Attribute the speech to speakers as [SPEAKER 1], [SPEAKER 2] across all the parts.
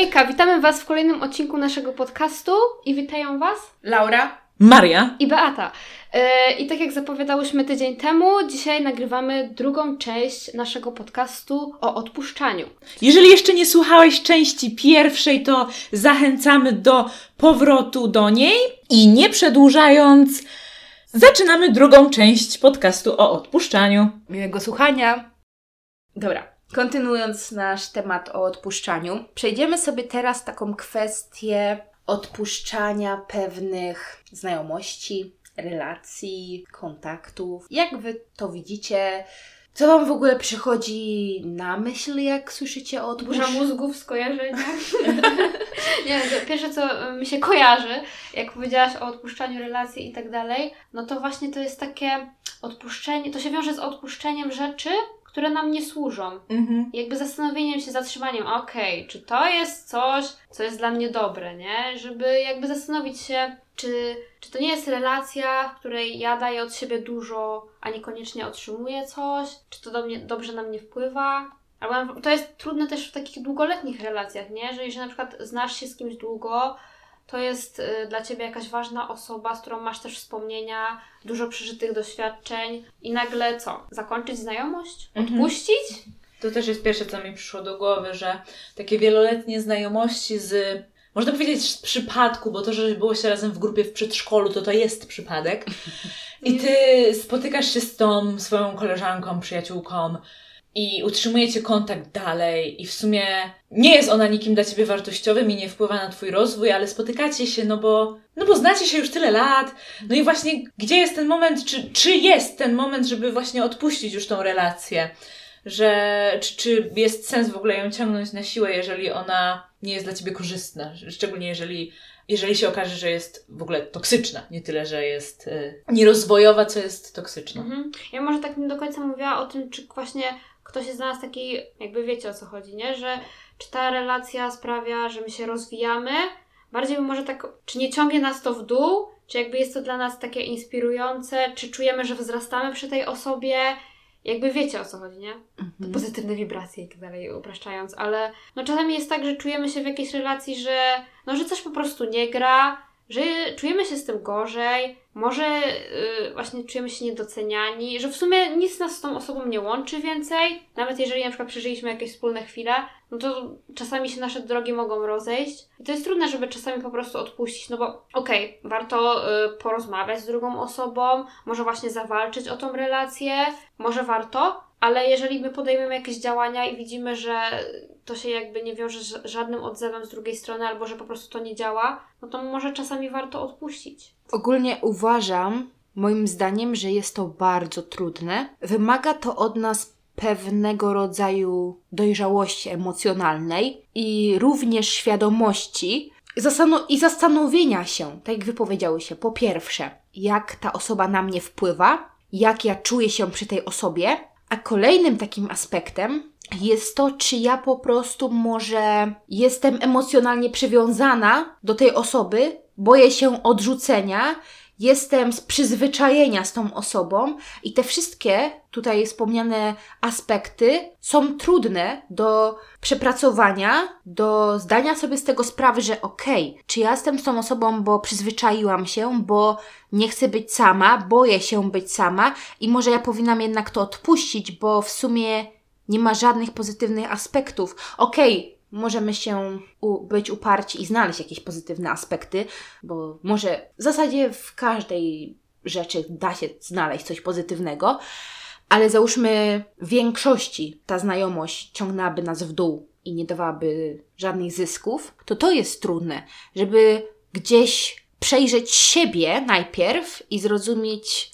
[SPEAKER 1] Hejka, witamy Was w kolejnym odcinku naszego podcastu i witają Was
[SPEAKER 2] Laura,
[SPEAKER 3] Maria
[SPEAKER 1] i Beata. I tak jak zapowiadałyśmy tydzień temu, dzisiaj nagrywamy drugą część naszego podcastu o odpuszczaniu.
[SPEAKER 3] Jeżeli jeszcze nie słuchałeś części pierwszej, to zachęcamy do powrotu do niej i nie przedłużając, zaczynamy drugą część podcastu o odpuszczaniu.
[SPEAKER 2] miłego słuchania. Dobra, kontynuując nasz temat o odpuszczaniu, przejdziemy sobie teraz taką kwestię odpuszczania pewnych znajomości, relacji, kontaktów. Jak Wy to widzicie? Co Wam w ogóle przychodzi na myśl, jak słyszycie o
[SPEAKER 1] Burza
[SPEAKER 2] odpuszczaniu?
[SPEAKER 1] mózgów, skojarzenia. Nie, to pierwsze co mi się kojarzy, jak powiedziałaś o odpuszczaniu relacji i tak dalej, no to właśnie to jest takie odpuszczenie, to się wiąże z odpuszczeniem rzeczy, które nam nie służą. Jakby zastanowieniem się, zatrzymaniem, okej, czy to jest coś, co jest dla mnie dobre, nie? Żeby jakby zastanowić się, czy to nie jest relacja, w której ja daję od siebie dużo, a niekoniecznie otrzymuję coś, czy to dobrze na mnie wpływa. Albo to jest trudne też w takich długoletnich relacjach, nie? Że jeżeli na przykład znasz się z kimś długo, to jest dla Ciebie jakaś ważna osoba, z którą masz też wspomnienia, dużo przeżytych doświadczeń i nagle co? Zakończyć znajomość? Odpuścić?
[SPEAKER 3] To też jest pierwsze, co mi przyszło do głowy, że takie wieloletnie znajomości można powiedzieć z przypadku, bo to, że było się razem w grupie w przedszkolu, to jest przypadek. I Ty spotykasz się z tą swoją koleżanką, przyjaciółką i utrzymujecie kontakt dalej i w sumie nie jest ona nikim dla Ciebie wartościowym i nie wpływa na Twój rozwój, ale spotykacie się, no bo znacie się już tyle lat, no i właśnie gdzie jest ten moment, czy jest ten moment, żeby właśnie odpuścić już tą relację, czy jest sens w ogóle ją ciągnąć na siłę, jeżeli ona nie jest dla Ciebie korzystna, szczególnie jeżeli się okaże, że jest w ogóle toksyczna, nie tyle, że jest nierozwojowa, co jest toksyczna.
[SPEAKER 1] Ja może tak nie do końca mówiła o tym, czy właśnie ktoś jest dla nas taki, jakby wiecie o co chodzi, nie? Że czy ta relacja sprawia, że my się rozwijamy, bardziej może tak, czy nie ciągnie nas to w dół, czy jakby jest to dla nas takie inspirujące, czy czujemy, że wzrastamy przy tej osobie, jakby wiecie o co chodzi, nie? To pozytywne wibracje i tak dalej, upraszczając, ale no czasami jest tak, że czujemy się w jakiejś relacji, że coś po prostu nie gra, że czujemy się z tym gorzej, może właśnie czujemy się niedoceniani, że w sumie nic nas z tą osobą nie łączy więcej, nawet jeżeli na przykład przeżyliśmy jakieś wspólne chwile, no to czasami się nasze drogi mogą rozejść i to jest trudne, żeby czasami po prostu odpuścić, no bo warto porozmawiać z drugą osobą, może właśnie zawalczyć o tą relację, może warto, ale jeżeli my podejmiemy jakieś działania i widzimy, że to się jakby nie wiąże z żadnym odzewem z drugiej strony, albo że po prostu to nie działa, no to może czasami warto odpuścić.
[SPEAKER 2] Ogólnie uważam, moim zdaniem, że jest to bardzo trudne. Wymaga to od nas pewnego rodzaju dojrzałości emocjonalnej i również świadomości i zastanowienia się, tak jak wypowiedziały się, po pierwsze, jak ta osoba na mnie wpływa, jak ja czuję się przy tej osobie, a kolejnym takim aspektem jest to, czy ja po prostu może jestem emocjonalnie przywiązana do tej osoby, boję się odrzucenia, jestem z przyzwyczajenia z tą osobą i te wszystkie tutaj wspomniane aspekty są trudne do przepracowania, do zdania sobie z tego sprawy, że czy ja jestem z tą osobą, bo przyzwyczaiłam się, bo nie chcę być sama, boję się być sama i może ja powinnam jednak to odpuścić, bo w sumie nie ma żadnych pozytywnych aspektów. Możemy się być uparci i znaleźć jakieś pozytywne aspekty, bo może w zasadzie w każdej rzeczy da się znaleźć coś pozytywnego, ale załóżmy w większości ta znajomość ciągnęłaby nas w dół i nie dawałaby żadnych zysków, to jest trudne, żeby gdzieś przejrzeć siebie najpierw i zrozumieć,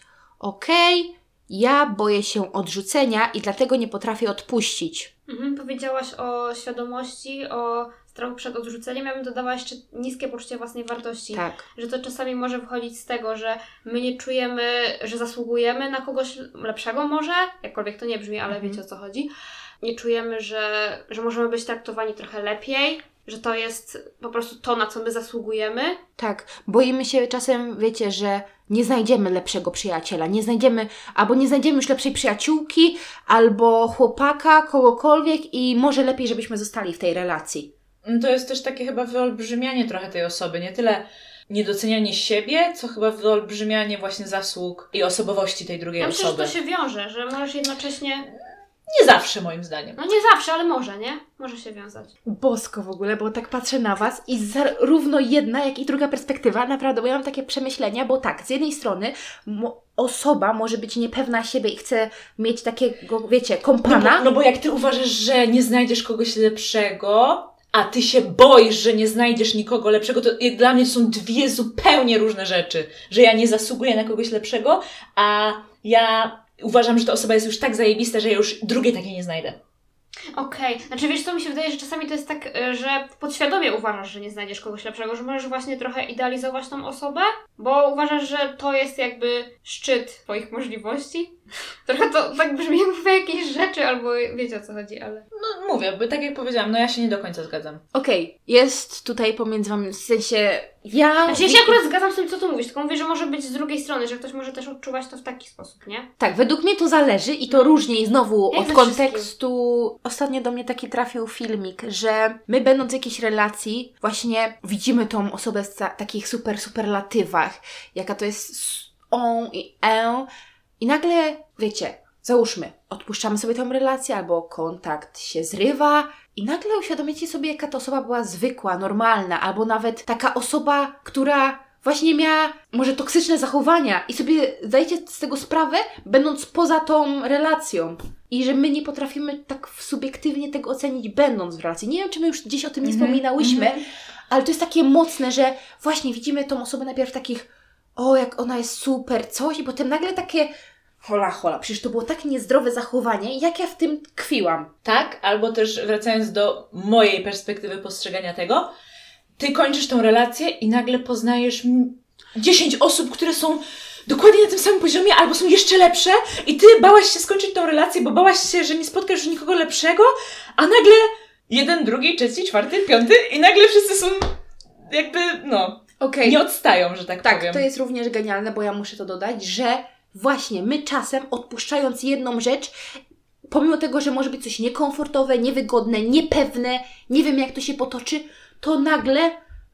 [SPEAKER 2] ja boję się odrzucenia i dlatego nie potrafię odpuścić.
[SPEAKER 1] Powiedziałaś o świadomości, o strachu przed odrzuceniem. Ja bym dodała jeszcze niskie poczucie własnej wartości.
[SPEAKER 2] Tak.
[SPEAKER 1] Że to czasami może wychodzić z tego, że my nie czujemy, że zasługujemy na kogoś lepszego może, jakkolwiek to nie brzmi, ale wiecie o co chodzi. Nie czujemy, że możemy być traktowani trochę lepiej, że to jest po prostu to, na co my zasługujemy.
[SPEAKER 2] Tak, boimy się czasem, wiecie, że nie znajdziemy lepszego przyjaciela, nie znajdziemy już lepszej przyjaciółki, albo chłopaka, kogokolwiek i może lepiej, żebyśmy zostali w tej relacji.
[SPEAKER 3] To jest też takie chyba wyolbrzymianie trochę tej osoby, nie tyle niedocenianie siebie, co chyba wyolbrzymianie właśnie zasług i osobowości tej drugiej osoby.
[SPEAKER 1] Myślę, że to się wiąże, że możesz jednocześnie...
[SPEAKER 3] Nie zawsze, moim zdaniem.
[SPEAKER 1] No nie zawsze, ale może, nie? Może się wiązać.
[SPEAKER 2] Bosko w ogóle, bo tak patrzę na Was i zarówno jedna, jak i druga perspektywa, naprawdę, bo ja mam takie przemyślenia, bo tak, z jednej strony osoba może być niepewna siebie i chce mieć takiego, wiecie, kompana.
[SPEAKER 3] No bo jak Ty uważasz, że nie znajdziesz kogoś lepszego, a Ty się boisz, że nie znajdziesz nikogo lepszego, to dla mnie to są dwie zupełnie różne rzeczy. Że ja nie zasługuję na kogoś lepszego, a ja uważam, że ta osoba jest już tak zajebista, że ja już drugiej takiej nie znajdę.
[SPEAKER 1] Okej. Znaczy wiesz co, mi się wydaje, że czasami to jest tak, że podświadomie uważasz, że nie znajdziesz kogoś lepszego, że możesz właśnie trochę idealizować tą osobę, bo uważasz, że to jest jakby szczyt twoich możliwości. Trochę to tak brzmi, jak mówię jakieś rzeczy, albo wiecie o co chodzi, ale...
[SPEAKER 3] No mówię, bo tak jak powiedziałam, no ja się nie do końca zgadzam.
[SPEAKER 2] Okej, jest tutaj pomiędzy Wami, w sensie ja
[SPEAKER 1] się akurat zgadzam z tym, co tu mówisz, tylko mówię, że może być z drugiej strony, że ktoś może też odczuwać to w taki sposób, nie?
[SPEAKER 2] Tak, według mnie to zależy i to różnie i znowu
[SPEAKER 1] Jak
[SPEAKER 2] od
[SPEAKER 1] ze
[SPEAKER 2] kontekstu. Ostatnio do mnie taki trafił filmik, że my będąc w jakiejś relacji właśnie widzimy tą osobę w takich superlatywach, jaka to jest on i i nagle, wiecie, załóżmy, odpuszczamy sobie tą relację albo kontakt się zrywa i nagle uświadomicie sobie, jaka ta osoba była zwykła, normalna, albo nawet taka osoba, która właśnie miała może toksyczne zachowania i sobie zdajecie z tego sprawę, będąc poza tą relacją. I że my nie potrafimy tak subiektywnie tego ocenić, będąc w relacji. Nie wiem, czy my już gdzieś o tym nie wspominałyśmy, ale to jest takie mocne, że właśnie widzimy tą osobę najpierw takich, o jak ona jest super, coś, i potem nagle takie hola, przecież to było takie niezdrowe zachowanie, jak ja w tym tkwiłam.
[SPEAKER 3] Tak, albo też wracając do mojej perspektywy postrzegania tego, Ty kończysz tą relację i nagle poznajesz 10 osób, które są dokładnie na tym samym poziomie, albo są jeszcze lepsze i Ty bałaś się skończyć tą relację, bo bałaś się, że nie spotkasz już nikogo lepszego, a nagle 1, 2, 3, 4, 5 i nagle wszyscy są jakby, nie odstają, że tak powiem.
[SPEAKER 2] Tak, to jest również genialne, bo ja muszę to dodać, że właśnie my czasem odpuszczając jedną rzecz, pomimo tego, że może być coś niekomfortowe, niewygodne, niepewne, nie wiem jak to się potoczy, to nagle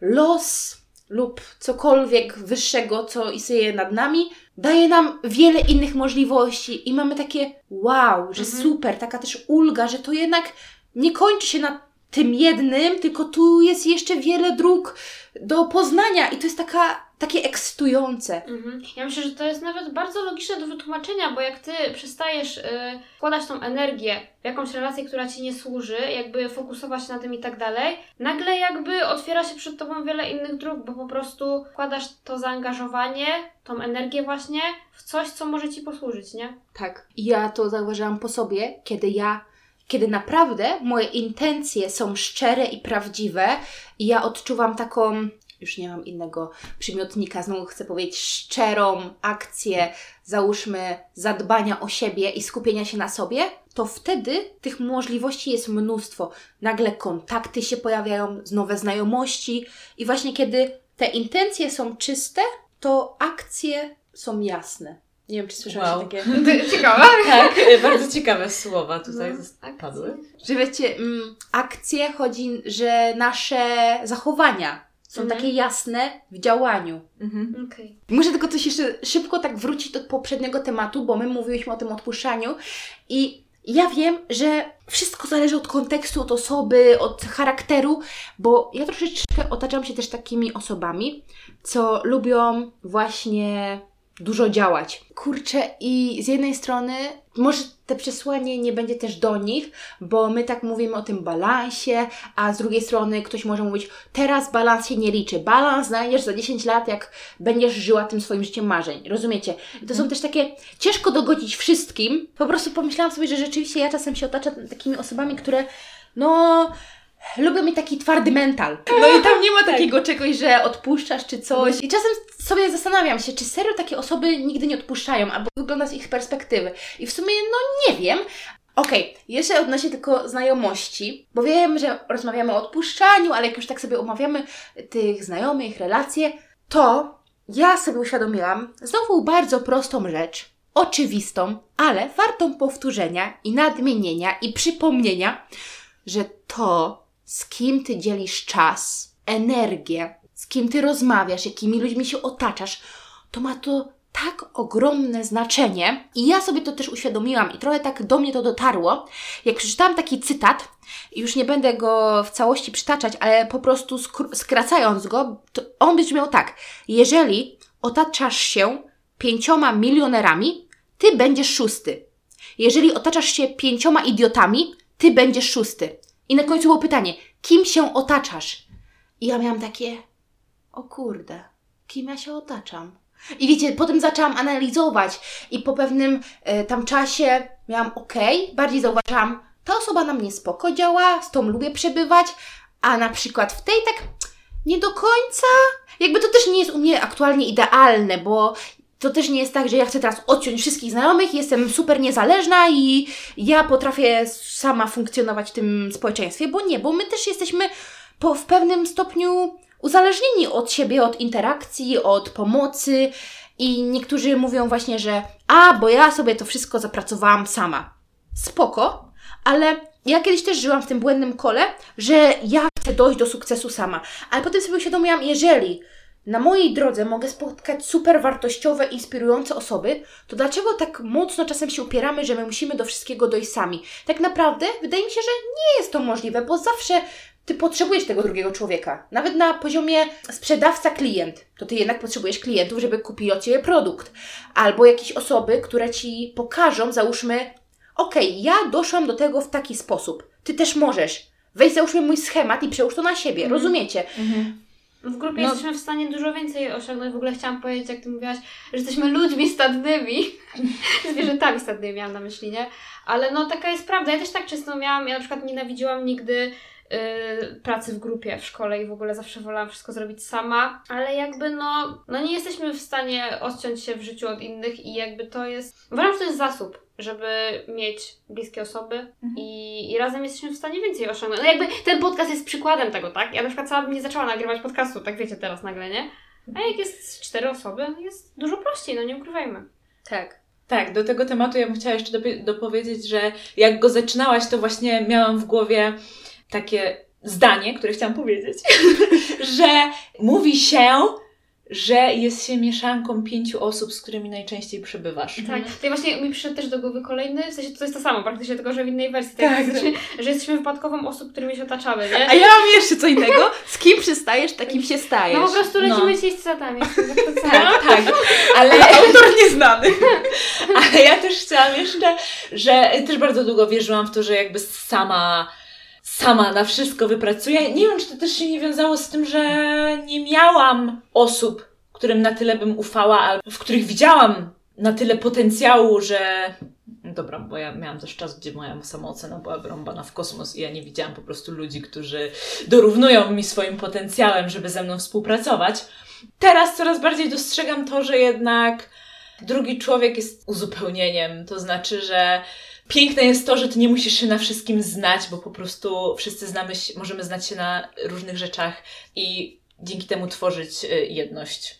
[SPEAKER 2] los lub cokolwiek wyższego, co istnieje nad nami, daje nam wiele innych możliwości i mamy takie wow, że super, taka też ulga, że to jednak nie kończy się na tym jednym, tylko tu jest jeszcze wiele dróg do poznania i to jest takie ekscytujące.
[SPEAKER 1] Ja myślę, że to jest nawet bardzo logiczne do wytłumaczenia, bo jak Ty przestajesz wkładać tą energię w jakąś relację, która Ci nie służy, jakby fokusować na tym i tak dalej, nagle jakby otwiera się przed Tobą wiele innych dróg, bo po prostu wkładasz to zaangażowanie, tą energię właśnie w coś, co może Ci posłużyć, nie?
[SPEAKER 2] Tak. I ja to zauważyłam po sobie, kiedy naprawdę moje intencje są szczere i prawdziwe i ja odczuwam taką, już nie mam innego przymiotnika, znowu chcę powiedzieć szczerą akcję, załóżmy zadbania o siebie i skupienia się na sobie, to wtedy tych możliwości jest mnóstwo. Nagle kontakty się pojawiają, nowe znajomości i właśnie kiedy te intencje są czyste, to akcje są jasne. Nie wiem, czy słyszałaś takie...
[SPEAKER 1] Ciekawe.
[SPEAKER 3] Tak, bardzo ciekawe słowa tutaj padły.
[SPEAKER 2] Że wiecie, akcje chodzi, że nasze zachowania są takie jasne w działaniu.
[SPEAKER 1] Okay.
[SPEAKER 2] Muszę tylko coś jeszcze szybko tak wrócić do poprzedniego tematu, bo my mówiłyśmy o tym odpuszczaniu i ja wiem, że wszystko zależy od kontekstu, od osoby, od charakteru, bo ja troszeczkę otaczam się też takimi osobami, co lubią właśnie dużo działać. Kurczę, i z jednej strony może te przesłanie nie będzie też do nich, bo my tak mówimy o tym balansie, a z drugiej strony ktoś może mówić, teraz balans się nie liczy. Balans znajdziesz za 10 lat, jak będziesz żyła tym swoim życiem marzeń. Rozumiecie? I to są też takie, ciężko dogodzić wszystkim. Po prostu pomyślałam sobie, że rzeczywiście ja czasem się otaczam takimi osobami, które lubią mieć taki twardy mental. No i tam nie ma takiego czegoś, że odpuszczasz czy coś. I czasem sobie zastanawiam się, czy serio takie osoby nigdy nie odpuszczają, albo wygląda z ich perspektywy. I w sumie, nie wiem. Okej, jeszcze odnośnie tylko znajomości, bo wiem, że rozmawiamy o odpuszczaniu, ale jak już tak sobie omawiamy tych znajomych, relacje, to ja sobie uświadomiłam znowu bardzo prostą rzecz, oczywistą, ale wartą powtórzenia i nadmienienia i przypomnienia, że to z kim ty dzielisz czas, energię, z kim ty rozmawiasz, jakimi ludźmi się otaczasz, to ma to tak ogromne znaczenie. I ja sobie to też uświadomiłam i trochę tak do mnie to dotarło, jak przeczytałam taki cytat, i już nie będę go w całości przytaczać, ale po prostu skracając go, to on brzmiał tak: jeżeli otaczasz się 5 milionerami, ty będziesz 6. Jeżeli otaczasz się 5 idiotami, ty będziesz 6. I na końcu było pytanie, kim się otaczasz? I ja miałam takie, o kurde, kim ja się otaczam? I wiecie, potem zaczęłam analizować i po pewnym tam czasie miałam bardziej zauważyłam, ta osoba na mnie spoko działa, z tą lubię przebywać, a na przykład w tej tak nie do końca, jakby to też nie jest u mnie aktualnie idealne, bo to też nie jest tak, że ja chcę teraz odciąć wszystkich znajomych, jestem super niezależna i ja potrafię sama funkcjonować w tym społeczeństwie, bo my też jesteśmy w pewnym stopniu uzależnieni od siebie, od interakcji, od pomocy i niektórzy mówią właśnie, że bo ja sobie to wszystko zapracowałam sama. Spoko, ale ja kiedyś też żyłam w tym błędnym kole, że ja chcę dojść do sukcesu sama, ale potem sobie uświadomiłam, jeżeli na mojej drodze mogę spotkać super wartościowe, inspirujące osoby, to dlaczego tak mocno czasem się upieramy, że my musimy do wszystkiego dojść sami? Tak naprawdę wydaje mi się, że nie jest to możliwe, bo zawsze ty potrzebujesz tego drugiego człowieka. Nawet na poziomie sprzedawca-klient, to ty jednak potrzebujesz klientów, żeby kupili od ciebie produkt. Albo jakieś osoby, które ci pokażą, załóżmy, ja doszłam do tego w taki sposób. Ty też możesz. Weź załóżmy mój schemat i przełóż to na siebie. Rozumiecie?
[SPEAKER 1] W grupie jesteśmy w stanie dużo więcej osiągnąć. W ogóle chciałam powiedzieć, jak ty mówiłaś, że jesteśmy ludźmi stadnymi. Zwierzętami stadnymi miałam na myśli, nie? Ale taka jest prawda. Ja też tak często miałam. Ja na przykład nienawidziłam nigdy pracy w grupie w szkole i w ogóle zawsze wolałam wszystko zrobić sama, ale jakby nie jesteśmy w stanie odciąć się w życiu od innych i jakby to jest, uważam, że to jest zasób, żeby mieć bliskie osoby i razem jesteśmy w stanie więcej osiągnąć. Jakby ten podcast jest przykładem tego, tak? Ja na przykład sama bym nie zaczęła nagrywać podcastu, tak wiecie, teraz nagle, nie? A jak jest 4 osoby, jest dużo prościej, nie ukrywajmy.
[SPEAKER 3] Tak, do tego tematu ja bym chciała jeszcze dopowiedzieć, że jak go zaczynałaś, to właśnie miałam w głowie takie zdanie, które chciałam powiedzieć, że mówi się, że jest się mieszanką 5 osób, z którymi najczęściej przebywasz.
[SPEAKER 1] Tak, to właśnie mi przyszedł też do głowy kolejny, w sensie to jest to samo praktycznie, tylko że w innej wersji. Tak. Że jesteśmy wypadkową osób, którymi się otaczamy, nie?
[SPEAKER 2] A ja mam jeszcze co innego. Z kim przystajesz, takim się stajesz.
[SPEAKER 1] No po prostu lecimy się z cytatami.
[SPEAKER 3] Tak, ale
[SPEAKER 2] autor nieznany.
[SPEAKER 3] Ale ja też chciałam jeszcze, że też bardzo długo wierzyłam w to, że jakby sama na wszystko wypracuję. Nie wiem, czy to też się nie wiązało z tym, że nie miałam osób, którym na tyle bym ufała, albo w których widziałam na tyle potencjału, że... Dobra, bo ja miałam też czas, gdzie moja samoocena była wyrąbana w kosmos i ja nie widziałam po prostu ludzi, którzy dorównują mi swoim potencjałem, żeby ze mną współpracować. Teraz coraz bardziej dostrzegam to, że jednak drugi człowiek jest uzupełnieniem. To znaczy, że piękne jest to, że ty nie musisz się na wszystkim znać, bo po prostu wszyscy możemy znać się na różnych rzeczach i dzięki temu tworzyć jedność.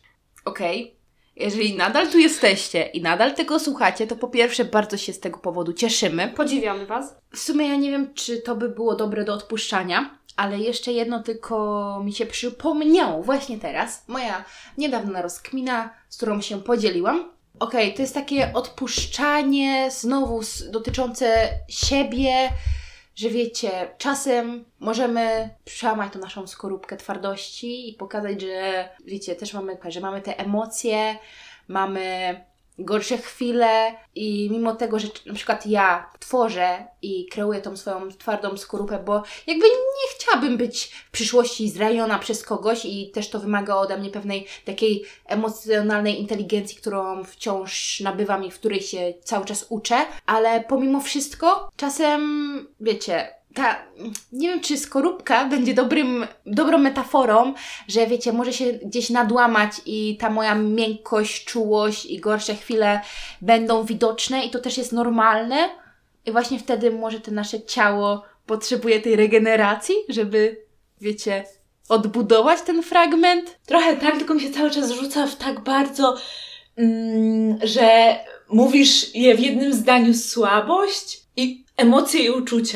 [SPEAKER 2] Jeżeli nadal tu jesteście i nadal tego słuchacie, to po pierwsze bardzo się z tego powodu cieszymy.
[SPEAKER 1] Podziwiamy Was.
[SPEAKER 2] W sumie ja nie wiem, czy to by było dobre do odpuszczania, ale jeszcze jedno tylko mi się przypomniało właśnie teraz. Moja niedawna rozkmina, z którą się podzieliłam. To jest takie odpuszczanie znowu dotyczące siebie, że wiecie, czasem możemy przełamać tą naszą skorupkę twardości i pokazać, że wiecie, też mamy te emocje, mamy gorsze chwile i mimo tego, że na przykład ja tworzę i kreuję tą swoją twardą skorupę, bo jakby nie chciałabym być w przyszłości zraniona przez kogoś i też to wymaga ode mnie pewnej takiej emocjonalnej inteligencji, którą wciąż nabywam i w której się cały czas uczę, ale pomimo wszystko czasem, wiecie, nie wiem, czy skorupka będzie dobrą metaforą, że wiecie, może się gdzieś nadłamać i ta moja miękkość, czułość i gorsze chwile będą widoczne i to też jest normalne i właśnie wtedy może to nasze ciało potrzebuje tej regeneracji, żeby, wiecie, odbudować ten fragment.
[SPEAKER 3] Trochę tak, tylko mi się cały czas rzuca w tak bardzo, że mówisz je w jednym zdaniu słabość i emocje i uczucia.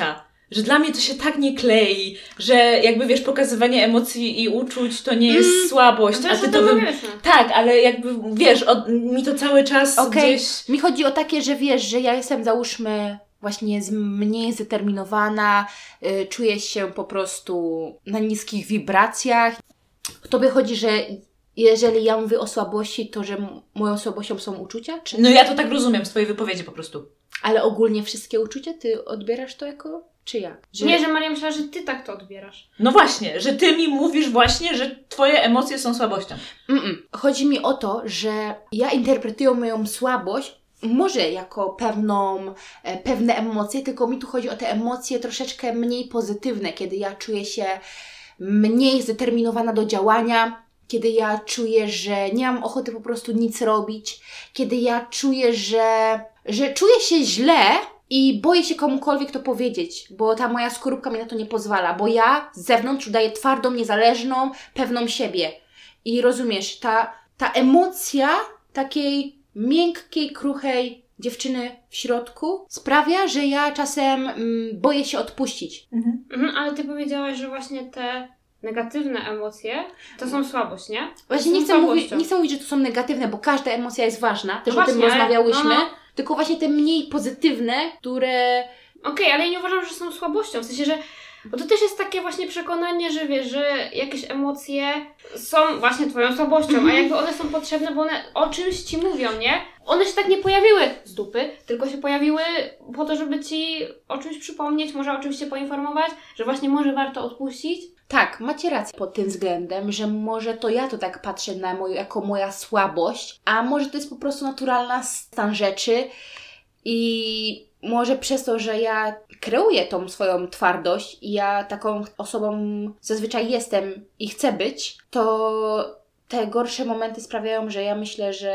[SPEAKER 3] że dla mnie to się tak nie klei, że jakby wiesz, pokazywanie emocji i uczuć to nie jest słabość,
[SPEAKER 1] No
[SPEAKER 3] a ty to tak, ale jakby wiesz, mi to cały czas gdzieś...
[SPEAKER 2] Mi chodzi o takie, że wiesz, że ja jestem załóżmy właśnie mniej zdeterminowana, czuję się po prostu na niskich wibracjach. Tobie chodzi, że jeżeli ja mówię o słabości, to że moją słabością są uczucia? Czy...
[SPEAKER 3] No ja to tak rozumiem z twojej wypowiedzi po prostu.
[SPEAKER 2] Ale ogólnie wszystkie uczucia? Ty odbierasz to jako... Czy jak?
[SPEAKER 1] Nie, że Maria myślała, że ty tak to odbierasz.
[SPEAKER 3] No właśnie, że ty mi mówisz właśnie, że twoje emocje są słabością.
[SPEAKER 2] Chodzi mi o to, że ja interpretuję moją słabość może jako pewne emocje, tylko mi tu chodzi o te emocje troszeczkę mniej pozytywne, kiedy ja czuję się mniej zdeterminowana do działania, kiedy ja czuję, że nie mam ochoty po prostu nic robić, kiedy ja czuję, że czuję się źle i boję się komukolwiek to powiedzieć, bo ta moja skorupka mi na to nie pozwala, bo ja z zewnątrz udaję twardą, niezależną, pewną siebie. I rozumiesz, ta emocja takiej miękkiej, kruchej dziewczyny w środku sprawia, że ja czasem boję się odpuścić.
[SPEAKER 1] Ale ty powiedziałaś, że właśnie te negatywne emocje to są słabość, nie?
[SPEAKER 2] Właśnie nie chcę mówić, że to są negatywne, bo każda emocja jest ważna. Też
[SPEAKER 1] właśnie,
[SPEAKER 2] o tym rozmawiałyśmy.
[SPEAKER 1] no.
[SPEAKER 2] Tylko właśnie te mniej pozytywne, które...
[SPEAKER 1] Okej, ale ja nie uważam, że są słabością. W sensie, że... Bo to też jest takie właśnie przekonanie, że wiesz, że jakieś emocje są właśnie twoją słabością, a jakby one są potrzebne, bo one o czymś ci mówią, nie? One się tak nie pojawiły z dupy, tylko się pojawiły po to, żeby ci o czymś przypomnieć, może o czymś cię poinformować, że właśnie może warto odpuścić.
[SPEAKER 2] Tak, macie rację pod tym względem, że może to ja to tak patrzę jako moja słabość, a może to jest po prostu naturalna stan rzeczy i może przez to, że ja kreuję tą swoją twardość i ja taką osobą zazwyczaj jestem i chcę być, to te gorsze momenty sprawiają, że ja myślę, że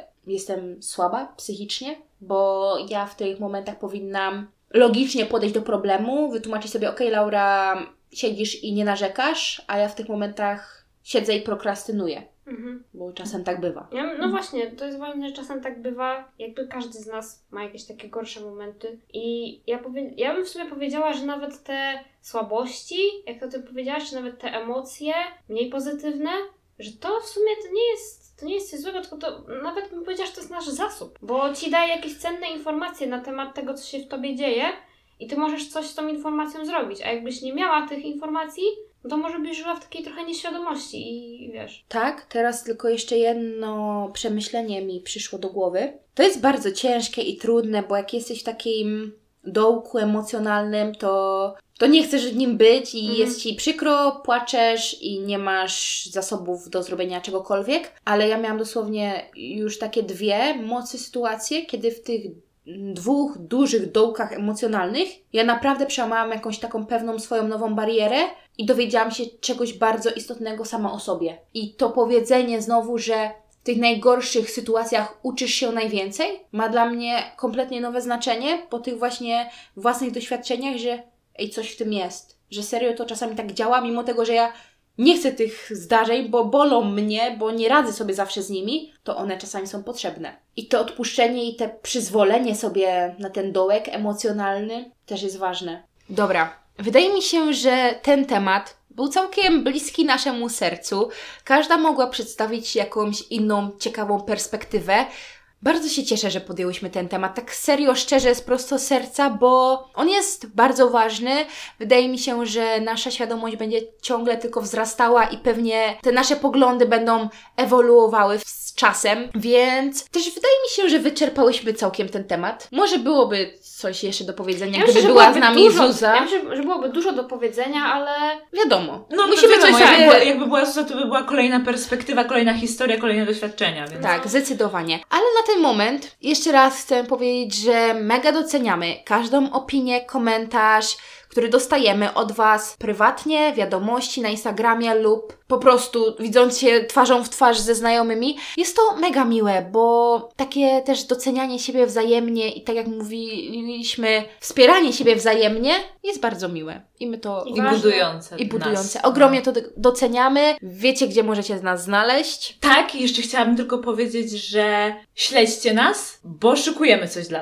[SPEAKER 2] jestem słaba psychicznie, bo ja w tych momentach powinnam logicznie podejść do problemu, wytłumaczyć sobie, okej, Laura, siedzisz i nie narzekasz, a ja w tych momentach siedzę i prokrastynuję. Bo czasem tak bywa.
[SPEAKER 1] No właśnie, to jest ważne, że czasem tak bywa. Jakby każdy z nas ma jakieś takie gorsze momenty. I ja bym w sumie powiedziała, że nawet te słabości, jak to ty powiedziałaś, czy nawet te emocje mniej pozytywne, że to w sumie to nie jest coś złego, tylko to nawet bym powiedziała, że to jest nasz zasób. Bo ci daje jakieś cenne informacje na temat tego, co się w tobie dzieje i ty możesz coś z tą informacją zrobić. A jakbyś nie miała tych informacji, no to może byś żyła w takiej trochę nieświadomości i wiesz.
[SPEAKER 2] Tak, teraz tylko jeszcze jedno przemyślenie mi przyszło do głowy. To jest bardzo ciężkie i trudne, bo jak jesteś w takim dołku emocjonalnym, to nie chcesz w nim być i jest ci przykro, płaczesz i nie masz zasobów do zrobienia czegokolwiek. Ale ja miałam dosłownie już takie dwie mocne sytuacje, kiedy w tych dwóch dużych dołkach emocjonalnych ja naprawdę przełamałam jakąś taką pewną swoją nową barierę i dowiedziałam się czegoś bardzo istotnego sama o sobie. I to powiedzenie znowu, że w tych najgorszych sytuacjach uczysz się najwięcej, ma dla mnie kompletnie nowe znaczenie po tych właśnie własnych doświadczeniach, że coś w tym jest. Że serio to czasami tak działa, mimo tego, że ja nie chcę tych zdarzeń, bo bolą mnie, bo nie radzę sobie zawsze z nimi, to one czasami są potrzebne. I to odpuszczenie i te przyzwolenie sobie na ten dołek emocjonalny też jest ważne. Dobra, wydaje mi się, że ten temat był całkiem bliski naszemu sercu. Każda mogła przedstawić jakąś inną, ciekawą perspektywę. Bardzo się cieszę, że podjęłyśmy ten temat, tak serio, szczerze, z prosto serca, bo on jest bardzo ważny. Wydaje mi się, że nasza świadomość będzie ciągle tylko wzrastała i pewnie te nasze poglądy będą ewoluowały z czasem, więc też wydaje mi się, że wyczerpałyśmy całkiem ten temat. Może byłoby coś jeszcze do powiedzenia, gdyby była z nami Zuza.
[SPEAKER 1] Ja myślę, że byłoby dużo do powiedzenia, ale...
[SPEAKER 2] Wiadomo.
[SPEAKER 3] No musimy coś sobie... Jakby była Zuza, to by była kolejna perspektywa, kolejna historia, kolejne doświadczenia. Więc...
[SPEAKER 2] Tak, zdecydowanie. Ale na ten moment jeszcze raz chcę powiedzieć, że mega doceniamy każdą opinię, komentarz, który dostajemy od Was prywatnie, wiadomości na Instagramie lub po prostu widząc się twarzą w twarz ze znajomymi. Jest to mega miłe, bo takie też docenianie siebie wzajemnie i tak jak mówiliśmy, wspieranie siebie wzajemnie jest bardzo miłe. I my to...
[SPEAKER 3] I budujące.
[SPEAKER 2] I budujące. Ogromnie to doceniamy. Wiecie, gdzie możecie nas znaleźć.
[SPEAKER 3] Tak, i jeszcze chciałabym tylko powiedzieć, że śledźcie nas, bo szykujemy coś dla Was.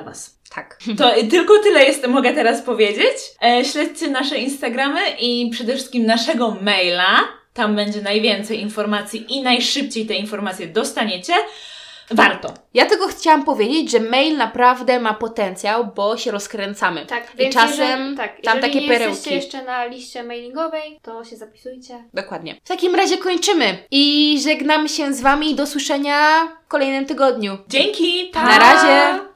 [SPEAKER 2] Tak.
[SPEAKER 3] To tylko tyle mogę teraz powiedzieć. Śledźcie nasze Instagramy i przede wszystkim naszego maila. Tam będzie najwięcej informacji i najszybciej te informacje dostaniecie. Warto.
[SPEAKER 2] Ja tylko chciałam powiedzieć, że mail naprawdę ma potencjał, bo się rozkręcamy.
[SPEAKER 1] Tak,
[SPEAKER 2] I
[SPEAKER 1] więc
[SPEAKER 2] czasem tam takie
[SPEAKER 1] nie
[SPEAKER 2] perełki.
[SPEAKER 1] jesteście jeszcze na liście mailingowej, to się zapisujcie.
[SPEAKER 2] Dokładnie. W takim razie kończymy i żegnamy się z Wami i do słyszenia w kolejnym tygodniu.
[SPEAKER 3] Dzięki! Pa!
[SPEAKER 2] Na razie!